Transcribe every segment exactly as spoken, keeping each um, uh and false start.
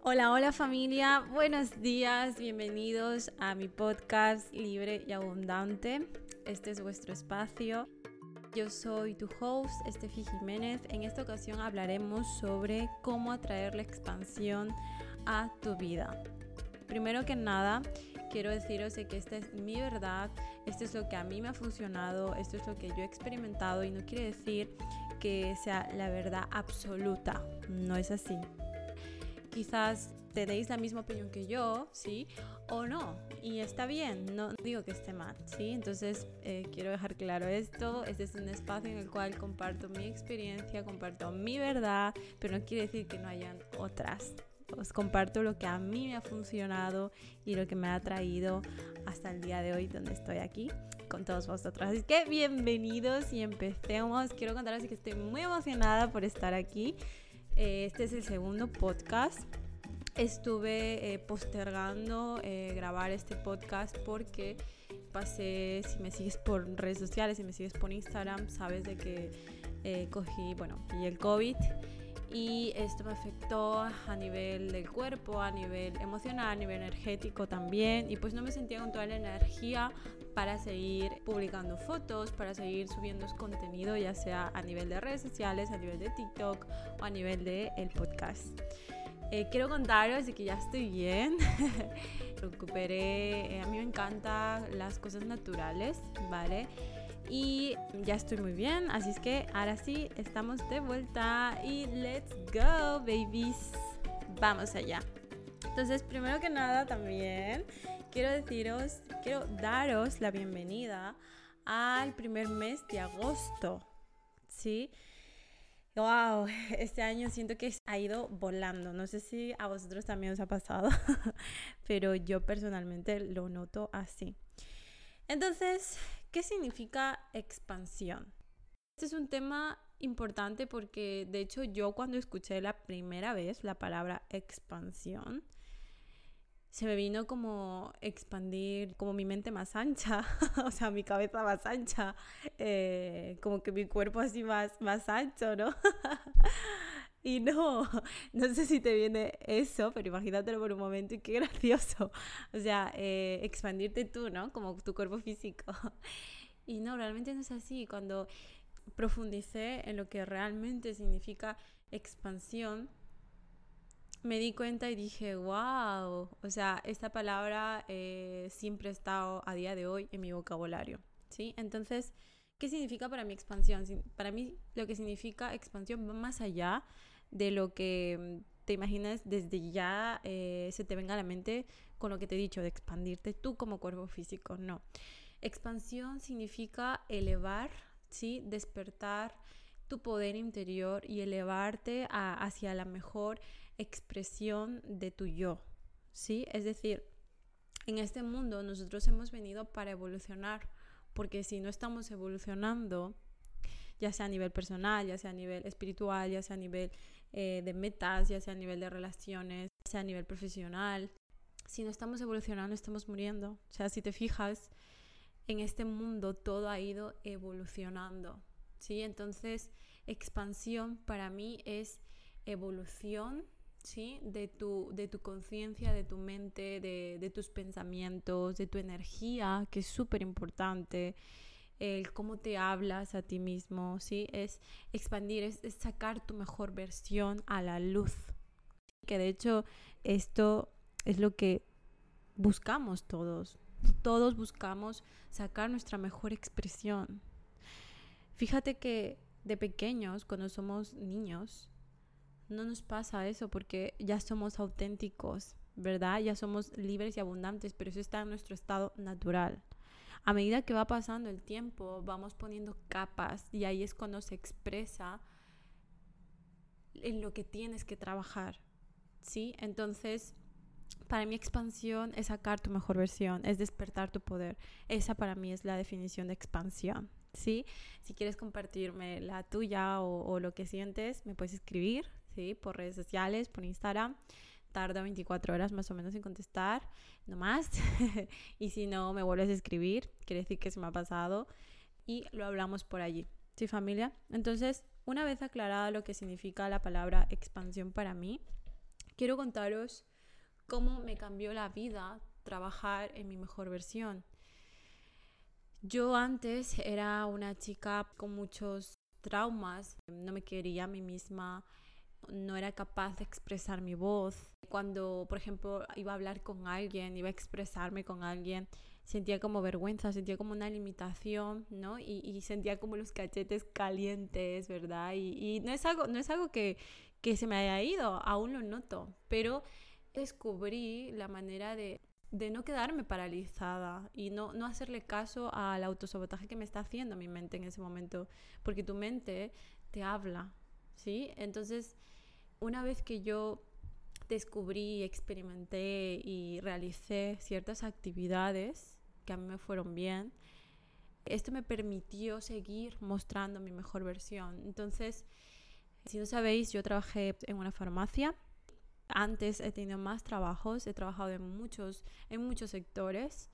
Hola, hola familia, buenos días, bienvenidos a mi podcast Libre y Abundante. Este es vuestro espacio. Yo soy tu host, Estefi Jiménez. En esta ocasión hablaremos sobre cómo atraer la expansión a tu vida. Primero que nada, quiero deciros de que esta es mi verdad, esto es lo que a mí me ha funcionado, esto es lo que yo he experimentado y no quiere decir que sea la verdad absoluta, no es así. Quizás tenéis la misma opinión que yo, ¿sí? O no, y está bien, no digo que esté mal, ¿sí? Entonces eh, quiero dejar claro esto, este es un espacio en el cual comparto mi experiencia, comparto mi verdad, pero no quiere decir que no hayan otras. Os comparto lo que a mí me ha funcionado y lo que me ha traído hasta el día de hoy donde estoy aquí con todos vosotros. Así que bienvenidos y empecemos. Quiero contaros que estoy muy emocionada por estar aquí. Este es el segundo podcast. Estuve eh, postergando eh, grabar este podcast porque pasé, si me sigues por redes sociales, si me sigues por Instagram, sabes de que eh, cogí, bueno, pillé el COVID. Y esto me afectó a nivel del cuerpo, a nivel emocional, a nivel energético también. Y pues no me sentía con toda la energía para seguir publicando fotos, para seguir subiendo contenido, ya sea a nivel de redes sociales, a nivel de TikTok o a nivel del podcast. Eh, quiero contaros de que ya estoy bien. Recuperé, eh, a mí me encantan las cosas naturales, ¿vale? Y ya estoy muy bien, así es que ahora sí, estamos de vuelta y let's go, babies. Vamos allá. Entonces, primero que nada también quiero deciros, quiero daros la bienvenida al primer mes de agosto, ¿sí? Wow, este año siento que ha ido volando. No sé si a vosotros también os ha pasado, pero yo personalmente lo noto así. Entonces, ¿qué significa expansión? Este es un tema importante porque, de hecho, yo cuando escuché la primera vez la palabra expansión, se me vino como expandir, como mi mente más ancha, o sea, mi cabeza más ancha, eh, como que mi cuerpo así más, más ancho, ¿no? Y no, no sé si te viene eso, pero imagínatelo por un momento y qué gracioso. O sea, eh, expandirte tú, ¿no? Como tu cuerpo físico. Y no, realmente no es así. Cuando profundicé en lo que realmente significa expansión, me di cuenta y dije, wow, o sea, esta palabra eh, siempre ha estado a día de hoy en mi vocabulario, ¿sí? Entonces, ¿qué significa para mí expansión? Para mí lo que significa expansión va más allá de lo que te imaginas desde ya eh, se te venga a la mente con lo que te he dicho, de expandirte tú como cuerpo físico, no. Expansión significa elevar, ¿sí? Despertar tu poder interior y elevarte a, hacia la mejor expresión de tu yo, ¿sí? Es decir, en este mundo nosotros hemos venido para evolucionar, porque si no estamos evolucionando, ya sea a nivel personal, ya sea a nivel espiritual, ya sea a nivel eh, de metas, ya sea a nivel de relaciones, ya sea a nivel profesional, si no estamos evolucionando, estamos muriendo. O sea, si te fijas, en este mundo todo ha ido evolucionando, ¿sí? Entonces, expansión para mí es evolución, ¿sí? De tu, de tu conciencia, de tu mente, de, de tus pensamientos, de tu energía, que es súper importante. El cómo te hablas a ti mismo, ¿sí? Es expandir, es, es sacar tu mejor versión a la luz. Que de hecho esto es lo que buscamos todos. Todos buscamos sacar nuestra mejor expresión. Fíjate que de pequeños, cuando somos niños, no nos pasa eso porque ya somos auténticos, ¿verdad? Ya somos libres y abundantes, pero eso está en nuestro estado natural. A medida que va pasando el tiempo, vamos poniendo capas y ahí es cuando se expresa en lo que tienes que trabajar, ¿sí? Entonces, para mí expansión es sacar tu mejor versión, es despertar tu poder. Esa para mí es la definición de expansión, ¿sí? Si quieres compartirme la tuya o, o lo que sientes, me puedes escribir, ¿sí? Por redes sociales, por Instagram. Tarda veinticuatro horas más o menos en contestar, no más. Y si no, me vuelves a escribir, quiere decir que se me ha pasado y lo hablamos por allí, ¿sí, familia? Entonces, una vez aclarada lo que significa la palabra expansión para mí, quiero contaros cómo me cambió la vida trabajar en mi mejor versión. Yo antes era una chica con muchos traumas, no me quería a mí misma, no era capaz de expresar mi voz. Cuando, por ejemplo, iba a hablar con alguien, iba a expresarme con alguien, sentía como vergüenza, sentía como una limitación, ¿no? Y, y sentía como los cachetes calientes, ¿verdad? Y, y no es algo, no es algo que, que se me haya ido, aún lo noto, pero descubrí la manera de, de no quedarme paralizada y no, no hacerle caso al autosabotaje que me está haciendo mi mente en ese momento, porque tu mente te habla, ¿sí? Entonces, una vez que yo descubrí, experimenté y realicé ciertas actividades que a mí me fueron bien, esto me permitió seguir mostrando mi mejor versión. Entonces, si no sabéis, yo trabajé en una farmacia. Antes he tenido más trabajos, he trabajado en muchos, en muchos sectores,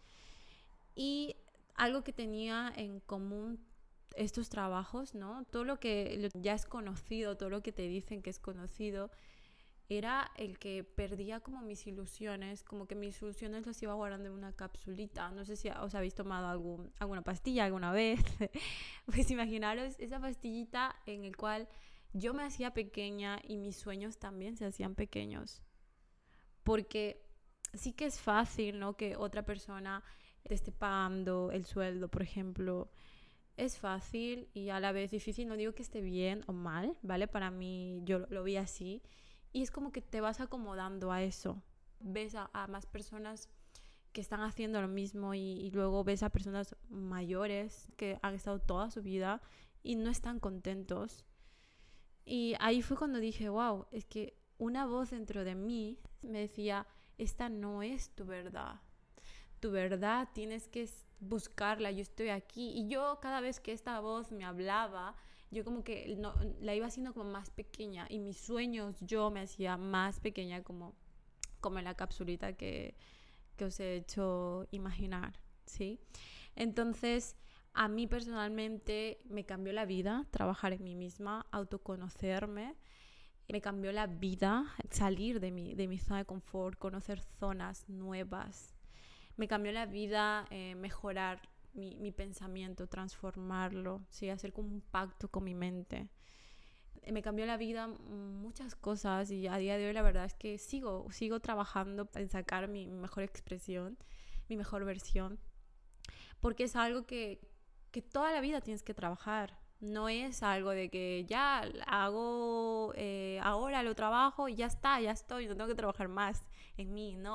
y algo que tenía en común estos trabajos, ¿no? Todo lo que ya es conocido, todo lo que te dicen que es conocido, era el que perdía como mis ilusiones, como que mis ilusiones las iba guardando en una capsulita. No sé si os habéis tomado algún, alguna pastilla alguna vez. Pues imaginaros esa pastillita en el cual yo me hacía pequeña y mis sueños también se hacían pequeños. Porque sí que es fácil, ¿no?, que otra persona te esté pagando el sueldo, por ejemplo. Es fácil y a la vez difícil. No digo que esté bien o mal, ¿vale? Para mí yo lo vi así. Y es como que te vas acomodando a eso. Ves a, a más personas que están haciendo lo mismo y, y luego ves a personas mayores que han estado toda su vida y no están contentos. Y ahí fue cuando dije, wow, es que una voz dentro de mí me decía, esta no es tu verdad. Tu verdad tienes que buscarla, yo estoy aquí. Y yo cada vez que esta voz me hablaba, yo como que no, la iba haciendo como más pequeña, y mis sueños yo me hacía más pequeña, como, como en la capsulita que, que os he hecho imaginar, ¿sí? Entonces, a mí personalmente me cambió la vida trabajar en mí misma, autoconocerme. Me cambió la vida salir de mi, de mi zona de confort, conocer zonas nuevas. Me cambió la vida eh, mejorar mi, mi pensamiento, transformarlo, ¿sí? Hacer como un pacto con mi mente. Me cambió la vida muchas cosas, y a día de hoy la verdad es que sigo, sigo trabajando en sacar mi mejor expresión, mi mejor versión, porque es algo que, que toda la vida tienes que trabajar. No es algo de que ya hago, eh, ahora lo trabajo y ya está, ya estoy, no tengo que trabajar más en mí, no.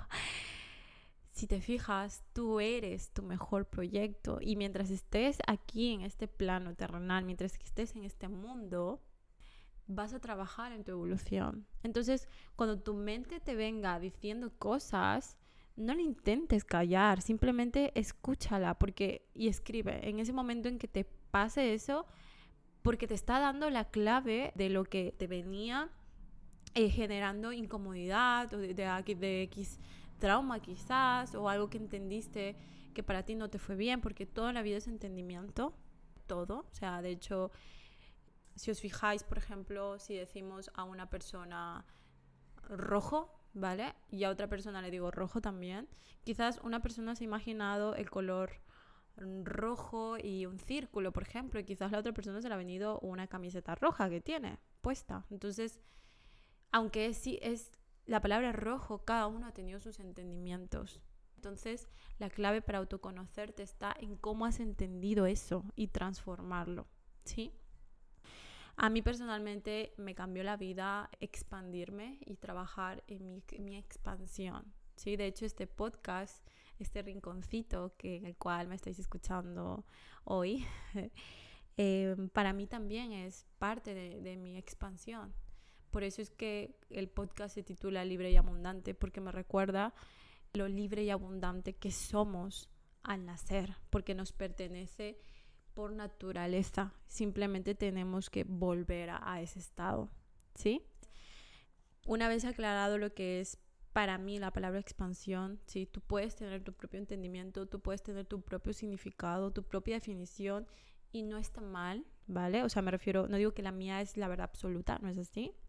Si te fijas, tú eres tu mejor proyecto, y mientras estés aquí en este plano terrenal, mientras que estés en este mundo, vas a trabajar en tu evolución. Entonces, cuando tu mente te venga diciendo cosas, no le intentes callar, simplemente escúchala porque, y escribe. En ese momento en que te pase eso, porque te está dando la clave de lo que te venía eh, generando incomodidad o de, de, de X trauma quizás, o algo que entendiste que para ti no te fue bien, porque toda la vida es entendimiento, todo. O sea, de hecho, si os fijáis, por ejemplo, si decimos a una persona rojo, ¿vale? Y a otra persona le digo rojo también, quizás una persona se ha imaginado el color rojo y un círculo, por ejemplo, y quizás la otra persona se le ha venido una camiseta roja que tiene puesta. Entonces, aunque es, es la palabra rojo, cada uno ha tenido sus entendimientos. Entonces, la clave para autoconocerte está en cómo has entendido eso y transformarlo, ¿sí? A mí personalmente me cambió la vida expandirme y trabajar en mi, en mi expansión, ¿sí? De hecho, este podcast, este rinconcito que, en el cual me estáis escuchando hoy, eh, para mí también es parte de, de mi expansión. Por eso es que el podcast se titula Libre y Abundante, porque me recuerda lo libre y abundante que somos al nacer, porque nos pertenece por naturaleza. Simplemente tenemos que volver a, a ese estado, ¿sí? Una vez aclarado lo que es para mí la palabra expansión, ¿sí? Tú puedes tener tu propio entendimiento, tú puedes tener tu propio significado, tu propia definición, y no está mal, ¿vale? O sea, me refiero, no digo que la mía es la verdad absoluta, no es así.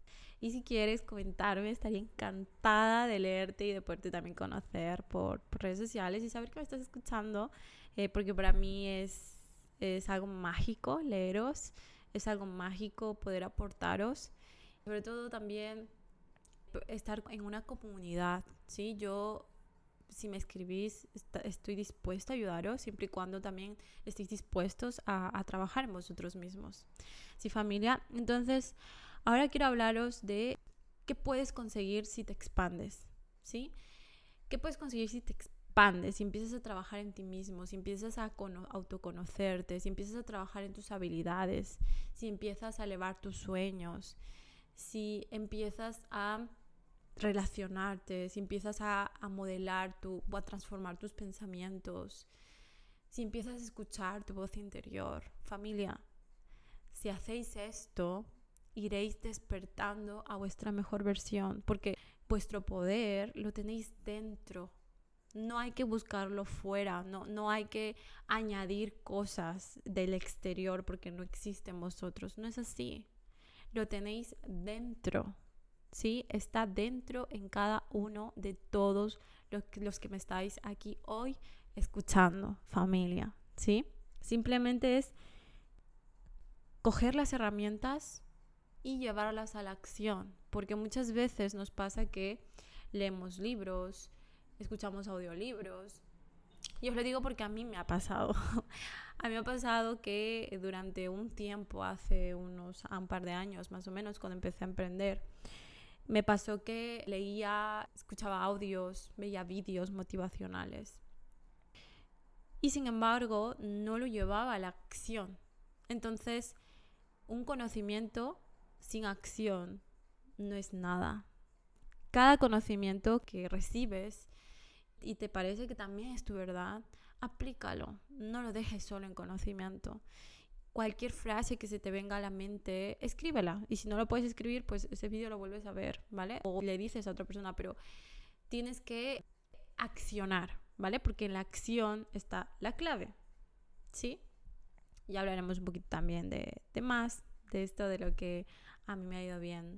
Y si quieres comentarme, estaría encantada de leerte y de poderte también conocer por, por redes sociales y saber que me estás escuchando, eh, porque para mí es, es algo mágico leeros, es algo mágico poder aportaros, sobre todo también estar en una comunidad, ¿sí? Yo, si me escribís, est- estoy dispuesta a ayudaros, siempre y cuando también estéis dispuestos a, a trabajar en vosotros mismos. ¿Sí, familia? Entonces, ahora quiero hablaros de qué puedes conseguir si te expandes, ¿sí? ¿Qué puedes conseguir si te expandes, si empiezas a trabajar en ti mismo, si empiezas a cono- autoconocerte, si empiezas a trabajar en tus habilidades, si empiezas a elevar tus sueños, si empiezas a relacionarte, si empiezas a, a modelar tu, o a transformar tus pensamientos, si empiezas a escuchar tu voz interior? Familia, si hacéis esto, iréis despertando a vuestra mejor versión, porque vuestro poder lo tenéis dentro. No hay que buscarlo fuera, no, no hay que añadir cosas del exterior porque no existe en vosotros. No es así. Lo tenéis dentro, ¿sí? Está dentro en cada uno de todos los que, los que me estáis aquí hoy escuchando, familia, ¿sí? Simplemente es coger las herramientas y llevarlas a la acción, porque muchas veces nos pasa que leemos libros, escuchamos audiolibros, y os lo digo porque a mí me ha pasado. A mí me ha pasado que durante un tiempo, hace unos un par de años más o menos, cuando empecé a emprender, me pasó que leía, escuchaba audios, veía vídeos motivacionales y sin embargo no lo llevaba a la acción. Entonces, un conocimiento sin acción no es nada. Cada conocimiento que recibes y te parece que también es tu verdad, aplícalo. No lo dejes solo en conocimiento. Cualquier frase que se te venga a la mente, escríbela. Y si no lo puedes escribir, pues ese vídeo lo vuelves a ver, ¿vale? O le dices a otra persona, pero tienes que accionar, ¿vale? Porque en la acción está la clave, ¿sí? Ya hablaremos un poquito también de, de más, de esto, de lo que a mí me ha ido bien.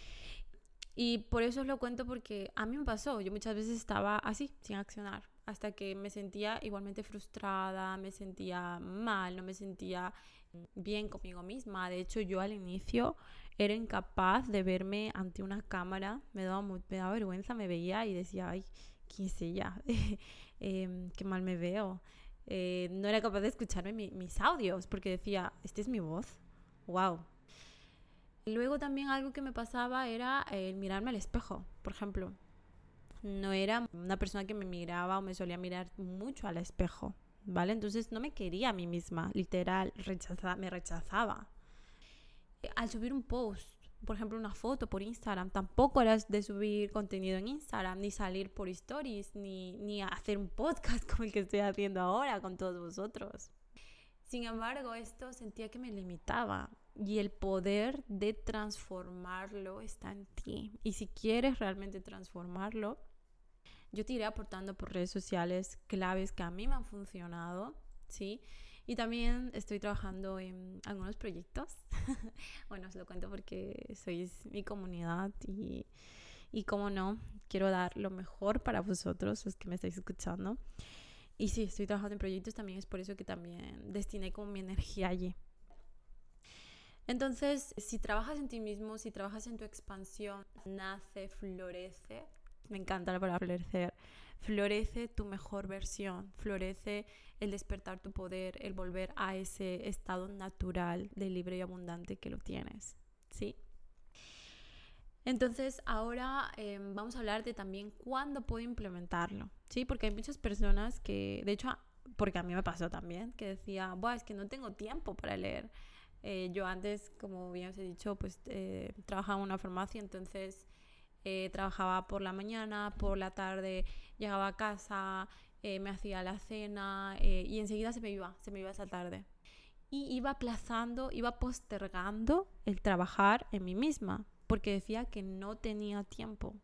Y por eso os lo cuento, porque a mí me pasó. Yo muchas veces estaba así, sin accionar, hasta que me sentía igualmente frustrada, me sentía mal, no me sentía bien conmigo misma. De hecho, yo al inicio era incapaz de verme ante una cámara, me daba, muy, me daba vergüenza, me veía y decía, ay, ¿quién es ella? eh, qué mal me veo. Eh, no era capaz de escucharme mi, mis audios, porque decía, ¿esta es mi voz? ¡Wow! Luego también algo que me pasaba era el mirarme al espejo, por ejemplo. No era una persona que me miraba o me solía mirar mucho al espejo, ¿vale? Entonces no me quería a mí misma, literal, rechaza, me rechazaba. Al subir un post, por ejemplo una foto por Instagram, tampoco era de subir contenido en Instagram, ni salir por stories, ni, ni hacer un podcast como el que estoy haciendo ahora con todos vosotros. Sin embargo, esto sentía que me limitaba y el poder de transformarlo está en ti. Y si quieres realmente transformarlo, yo te iré aportando por redes sociales claves que a mí me han funcionado, ¿sí? Y también estoy trabajando en algunos proyectos. Bueno, os lo cuento porque sois mi comunidad y, y como no, quiero dar lo mejor para vosotros, los que me estáis escuchando. Y sí, estoy trabajando en proyectos, también es por eso que también destiné como mi energía allí. Entonces, si trabajas en ti mismo, si trabajas en tu expansión, nace, florece. Me encanta la palabra florecer. Florece tu mejor versión, florece el despertar tu poder, el volver a ese estado natural de libre y abundante que lo tienes, ¿sí? Entonces, ahora eh, vamos a hablar de también cuándo puedo implementarlo, ¿sí? Porque hay muchas personas que, de hecho, porque a mí me pasó también, que decía, Buah, es que no tengo tiempo para leer. Eh, yo antes, como bien os he dicho, pues eh, trabajaba en una farmacia, entonces eh, trabajaba por la mañana, por la tarde llegaba a casa, eh, me hacía la cena eh, y enseguida se me iba, se me iba esa tarde. Y iba aplazando, iba postergando el trabajar en mí misma, porque decía que no tenía tiempo.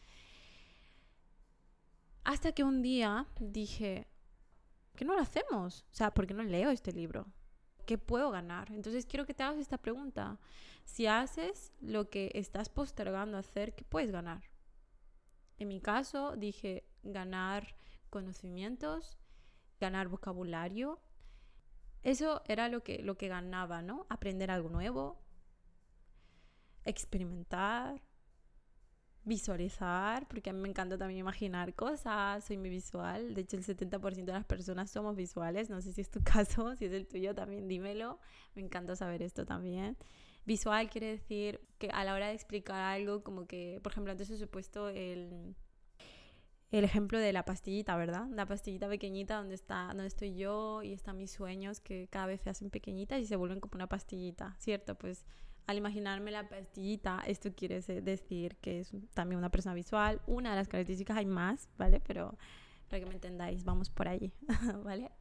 Hasta que un día dije, ¿por qué no lo hacemos? O sea, ¿por qué no leo este libro? ¿Qué puedo ganar? Entonces quiero que te hagas esta pregunta. Si haces lo que estás postergando hacer, ¿qué puedes ganar? En mi caso dije ganar conocimientos, ganar vocabulario. Eso era lo que, lo que ganaba, ¿no? Aprender algo nuevo, experimentar, visualizar, porque a mí me encanta también imaginar cosas, soy muy visual. De hecho, el setenta por ciento de las personas somos visuales. No sé si es tu caso, si es el tuyo también dímelo. Me encanta saber esto también. Visual quiere decir que a la hora de explicar algo, como que, por ejemplo, antes os he puesto el... el ejemplo de la pastillita, ¿verdad? La pastillita pequeñita donde está, donde estoy yo y están mis sueños que cada vez se hacen pequeñitas y se vuelven como una pastillita, ¿cierto? Pues al imaginarme la pastillita, esto quiere decir que es también una persona visual. Una de las características, hay más, ¿vale? Pero para que me entendáis, vamos por allí, ¿vale?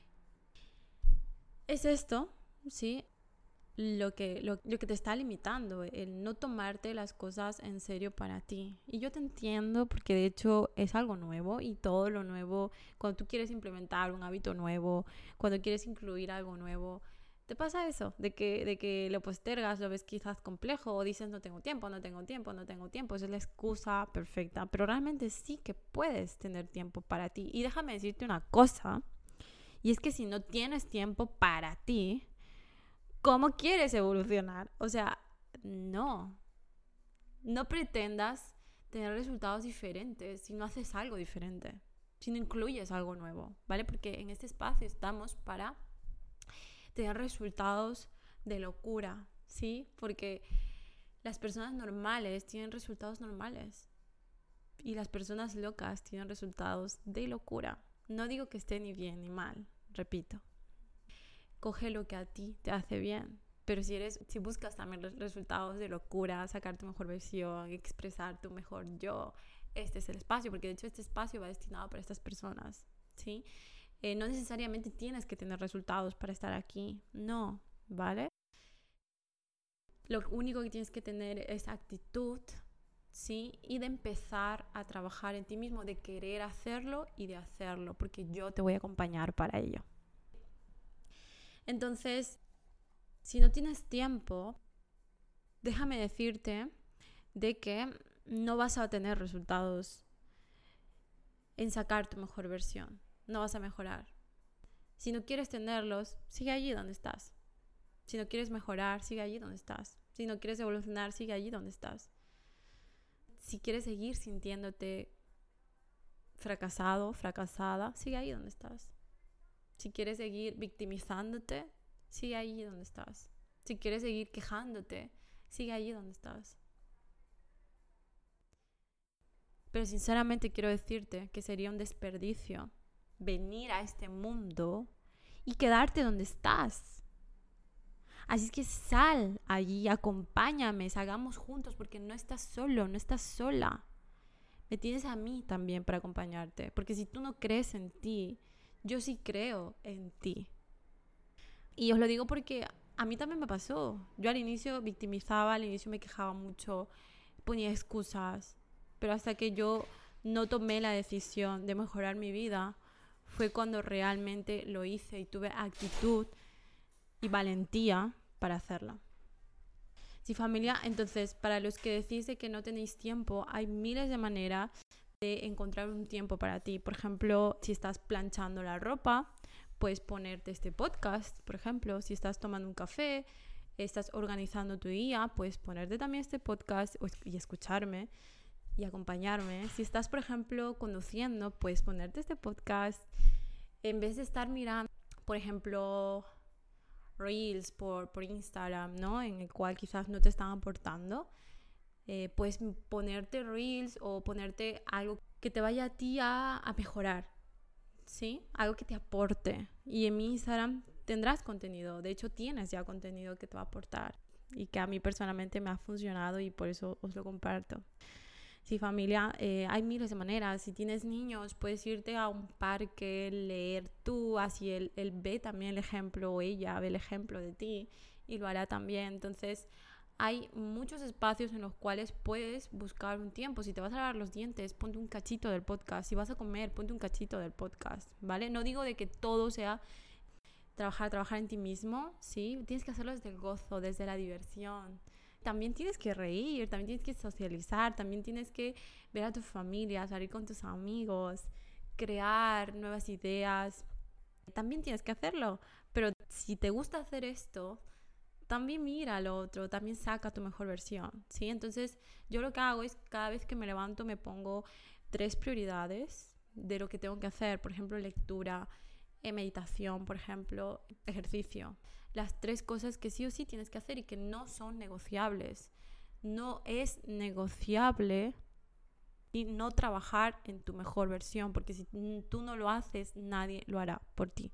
Es esto, ¿sí? Lo que, lo, lo que te está limitando, el no tomarte las cosas en serio para ti. Y yo te entiendo porque de hecho es algo nuevo y todo lo nuevo, cuando tú quieres implementar un hábito nuevo, cuando quieres incluir algo nuevo, te pasa eso, de que, de que lo postergas, lo ves quizás complejo o dices no tengo tiempo, no tengo tiempo, no tengo tiempo. Esa es la excusa perfecta, pero realmente sí que puedes tener tiempo para ti. Y déjame decirte una cosa, y es que si no tienes tiempo para ti, ¿cómo quieres evolucionar? O sea, no. No pretendas tener resultados diferentes si no haces algo diferente, si no incluyes algo nuevo, ¿vale? Porque en este espacio estamos para tener resultados de locura, ¿sí? Porque las personas normales tienen resultados normales y las personas locas tienen resultados de locura. No digo que esté ni bien ni mal, repito. Coge lo que a ti te hace bien. Pero si eres, si buscas también resultados de locura, sacar tu mejor versión, expresar tu mejor yo, este es el espacio, porque de hecho este espacio va destinado para estas personas, ¿sí? Eh, no necesariamente tienes que tener resultados para estar aquí, no, ¿vale? Lo único que tienes que tener es actitud, ¿sí? Y de empezar a trabajar en ti mismo, de querer hacerlo y de hacerlo, porque yo te voy a acompañar para ello. Entonces, si no tienes tiempo, déjame decirte de que no vas a tener resultados en sacar tu mejor versión. No vas a mejorar. Si no quieres tenerlos, sigue allí donde estás. Si no quieres mejorar, sigue allí donde estás. Si no quieres evolucionar, sigue allí donde estás. Si quieres seguir sintiéndote fracasado, fracasada, sigue ahí donde estás. Si quieres seguir victimizándote, sigue allí donde estás. Si quieres seguir quejándote, sigue allí donde estás. Pero sinceramente quiero decirte que sería un desperdicio venir a este mundo y quedarte donde estás. Así es que sal allí, acompáñame, salgamos juntos, porque no estás solo, no estás sola. Me tienes a mí también para acompañarte, porque si tú no crees en ti, yo sí creo en ti. Y os lo digo porque a mí también me pasó. Yo al inicio victimizaba, al inicio me quejaba mucho, ponía excusas, pero hasta que yo no tomé la decisión de mejorar mi vida, fue cuando realmente lo hice y tuve actitud y valentía para hacerla. Sí, familia, entonces para los que decís de que no tenéis tiempo, hay miles de maneras de encontrar un tiempo para ti. Por ejemplo, si estás planchando la ropa, puedes ponerte este podcast, por ejemplo. Si estás tomando un café, estás organizando tu día, puedes ponerte también este podcast y escucharme y acompañarme. Si estás, por ejemplo, conduciendo, puedes ponerte este podcast en vez de estar mirando, por ejemplo, Reels por, por Instagram, ¿no? En el cual quizás no te están aportando. Eh, puedes ponerte Reels o ponerte algo que te vaya a ti a, a mejorar, ¿sí? Algo que te aporte. Y en mi Instagram tendrás contenido. De hecho, tienes ya contenido que te va a aportar y que a mí personalmente me ha funcionado y por eso os lo comparto. Sí, familia, eh, hay miles de maneras. Si tienes niños, puedes irte a un parque, leer tú, así él, él ve también el ejemplo, o ella ve el ejemplo de ti y lo hará también. Entonces, hay muchos espacios en los cuales puedes buscar un tiempo. Si te vas a lavar los dientes, ponte un cachito del podcast. Si vas a comer, ponte un cachito del podcast, ¿vale? No digo de que todo sea trabajar, trabajar en ti mismo, ¿sí? Tienes que hacerlo desde el gozo, desde la diversión. También tienes que reír, también tienes que socializar, también tienes que ver a tu familia, salir con tus amigos, crear nuevas ideas. También tienes que hacerlo, pero si te gusta hacer esto, también mira al otro, también saca tu mejor versión, ¿sí? Entonces, yo lo que hago es cada vez que me levanto me pongo tres prioridades de lo que tengo que hacer. Por ejemplo, lectura, eh, meditación, por ejemplo, ejercicio. Las tres cosas que sí o sí tienes que hacer y que no son negociables. No es negociable y no trabajar en tu mejor versión, porque si tú no lo haces, nadie lo hará por ti.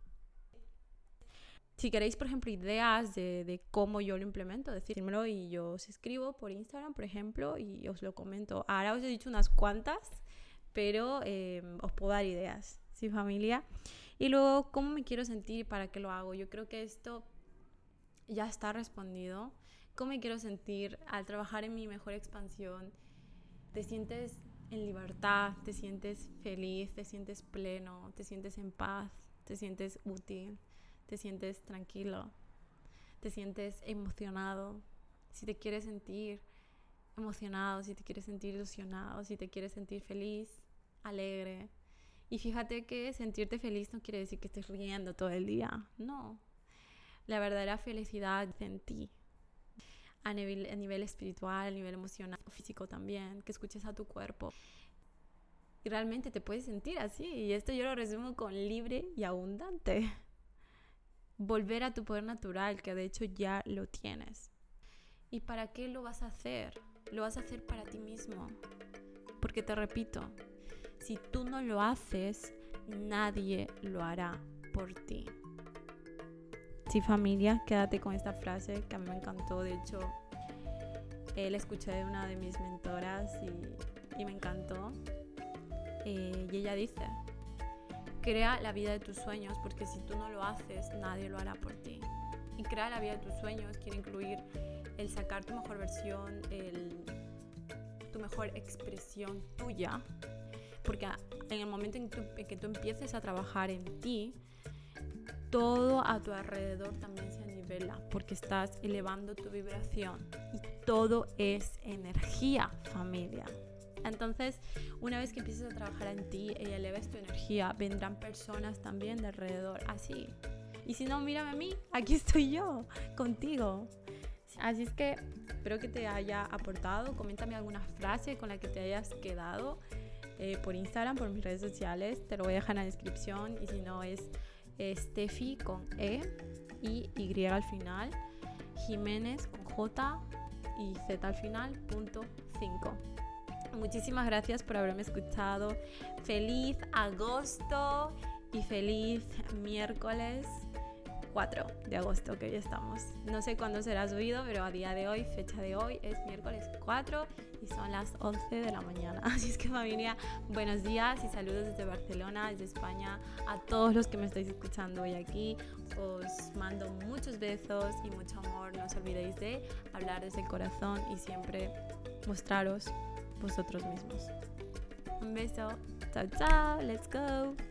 Si queréis, por ejemplo, ideas de, de cómo yo lo implemento, decírmelo y yo os escribo por Instagram, por ejemplo, y os lo comento. Ahora os he dicho unas cuantas, pero eh, os puedo dar ideas, ¿sí, familia? Y luego, ¿cómo me quiero sentir y para qué lo hago? Yo creo que esto ya está respondido. ¿Cómo me quiero sentir al trabajar en mi mejor expansión? Te sientes en libertad, te sientes feliz, te sientes pleno, te sientes en paz, te sientes útil, te sientes tranquilo, te sientes emocionado. Si te quieres sentir emocionado, si te quieres sentir ilusionado, si te quieres sentir feliz, alegre. Y fíjate que sentirte feliz no quiere decir que estés riendo todo el día, no. La verdadera felicidad es en ti, a nivel, a nivel espiritual, a nivel emocional, físico también, que escuches a tu cuerpo. Y realmente te puedes sentir así, y esto yo lo resumo con libre y abundante. Volver a tu poder natural, que de hecho ya lo tienes. ¿Y para qué lo vas a hacer? Lo vas a hacer para ti mismo. Porque te repito, si tú no lo haces, nadie lo hará por ti. Sí, familia, quédate con esta frase que a mí me encantó. De hecho, eh, la escuché de una de mis mentoras y, y me encantó. Eh, y ella dice: crea la vida de tus sueños, porque si tú no lo haces, nadie lo hará por ti. Y crear la vida de tus sueños quiere incluir el sacar tu mejor versión, el, tu mejor expresión tuya. Porque en el momento en, tu, en que tú empieces a trabajar en ti, todo a tu alrededor también se nivela, porque estás elevando tu vibración. Y todo es energía, familia. Entonces, una vez que empieces a trabajar en ti y eleves tu energía, vendrán personas también de alrededor, así. Y si no, mírame a mí, aquí estoy yo, contigo. Así es que espero que te haya aportado. Coméntame alguna frase con la que te hayas quedado eh, por Instagram, por mis redes sociales. Te lo voy a dejar en la descripción. Y si no, es eh, Steffi con E y Y al final, Jiménez con J y Z al final, punto cinco. Muchísimas gracias por haberme escuchado. Feliz agosto y feliz miércoles cuatro de agosto, que hoy estamos. No sé cuándo será subido, pero a día de hoy, fecha de hoy, es miércoles cuatro y son las once de la mañana. Así es que, familia, buenos días y saludos desde Barcelona, desde España, a todos los que me estáis escuchando hoy aquí. Os mando muchos besos y mucho amor. No os olvidéis de hablar desde el corazón y siempre mostraros vosotros mismos. Un beso. Chao, chao. Let's go.